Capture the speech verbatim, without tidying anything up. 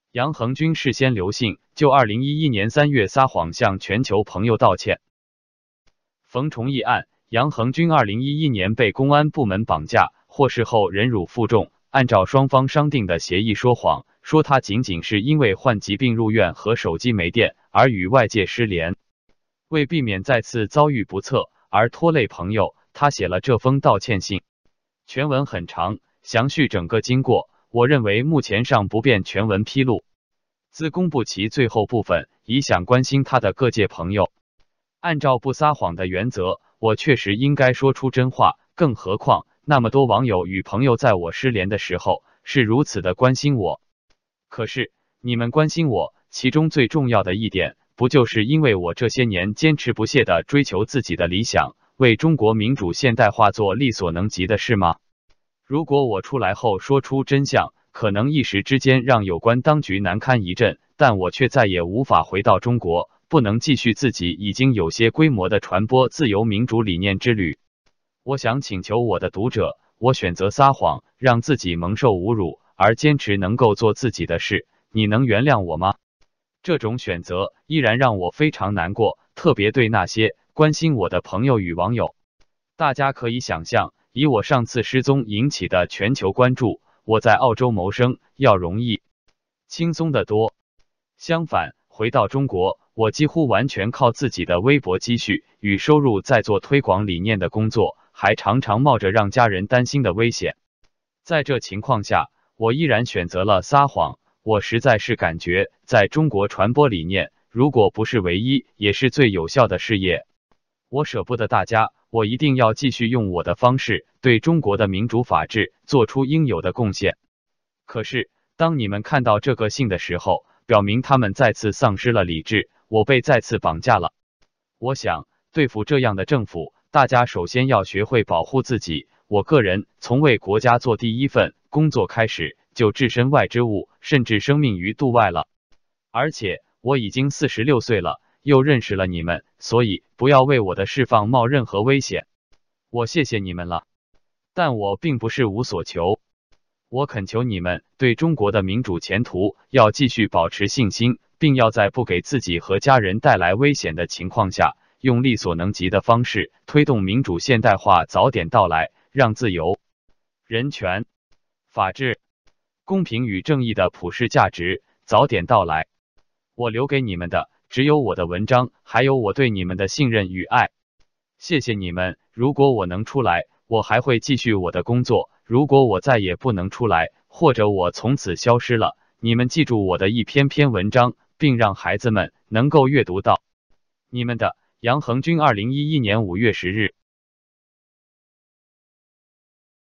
杨恒军事先留信，就二零一一年三月撒谎向全球朋友道歉。冯崇义案，杨恒军二零一一年被公安部门绑架，获释后忍辱负重，按照双方商定的协议说谎，说他仅仅是因为患疾病入院和手机没电而与外界失联。为避免再次遭遇不测而拖累朋友，他写了这封道歉信。全文很长，详叙整个经过。我认为目前尚不便全文披露，自公布其最后部分，以想关心他的各界朋友。按照不撒谎的原则，我确实应该说出真话，更何况那么多网友与朋友在我失联的时候是如此的关心我。可是你们关心我，其中最重要的一点，不就是因为我这些年坚持不懈地追求自己的理想，为中国民主现代化做力所能及的事吗？如果我出来后说出真相，可能一时之间让有关当局难堪一阵，但我却再也无法回到中国，不能继续自己已经有些规模的传播自由民主理念之旅。我想请求我的读者，我选择撒谎，让自己蒙受侮辱，而坚持能够做自己的事，你能原谅我吗？这种选择依然让我非常难过，特别对那些关心我的朋友与网友。大家可以想象，以我上次失踪引起的全球关注，我在澳洲谋生要容易轻松得多。相反，回到中国，我几乎完全靠自己的微薄积蓄与收入在做推广理念的工作，还常常冒着让家人担心的危险。在这情况下，我依然选择了撒谎。我实在是感觉，在中国传播理念，如果不是唯一，也是最有效的事业。我舍不得大家，我一定要继续用我的方式，对中国的民主法治做出应有的贡献。可是，当你们看到这个信的时候，表明他们再次丧失了理智，我被再次绑架了。我想，对付这样的政府，大家首先要学会保护自己。我个人从为国家做第一份工作开始，就置身外之物，甚至生命于度外了。而且，我已经四十六岁了。又认识了你们，所以不要为我的释放冒任何危险。我谢谢你们了，但我并不是无所求。我恳求你们对中国的民主前途要继续保持信心，并要在不给自己和家人带来危险的情况下，用力所能及的方式推动民主现代化早点到来，让自由、人权、法治、公平与正义的普世价值早点到来。我留给你们的只有我的文章，还有我对你们的信任与爱。谢谢你们。如果我能出来，我还会继续我的工作。如果我再也不能出来，或者我从此消失了，你们记住我的一篇篇文章，并让孩子们能够阅读到。你们的杨恒军，二零一一年五月十日。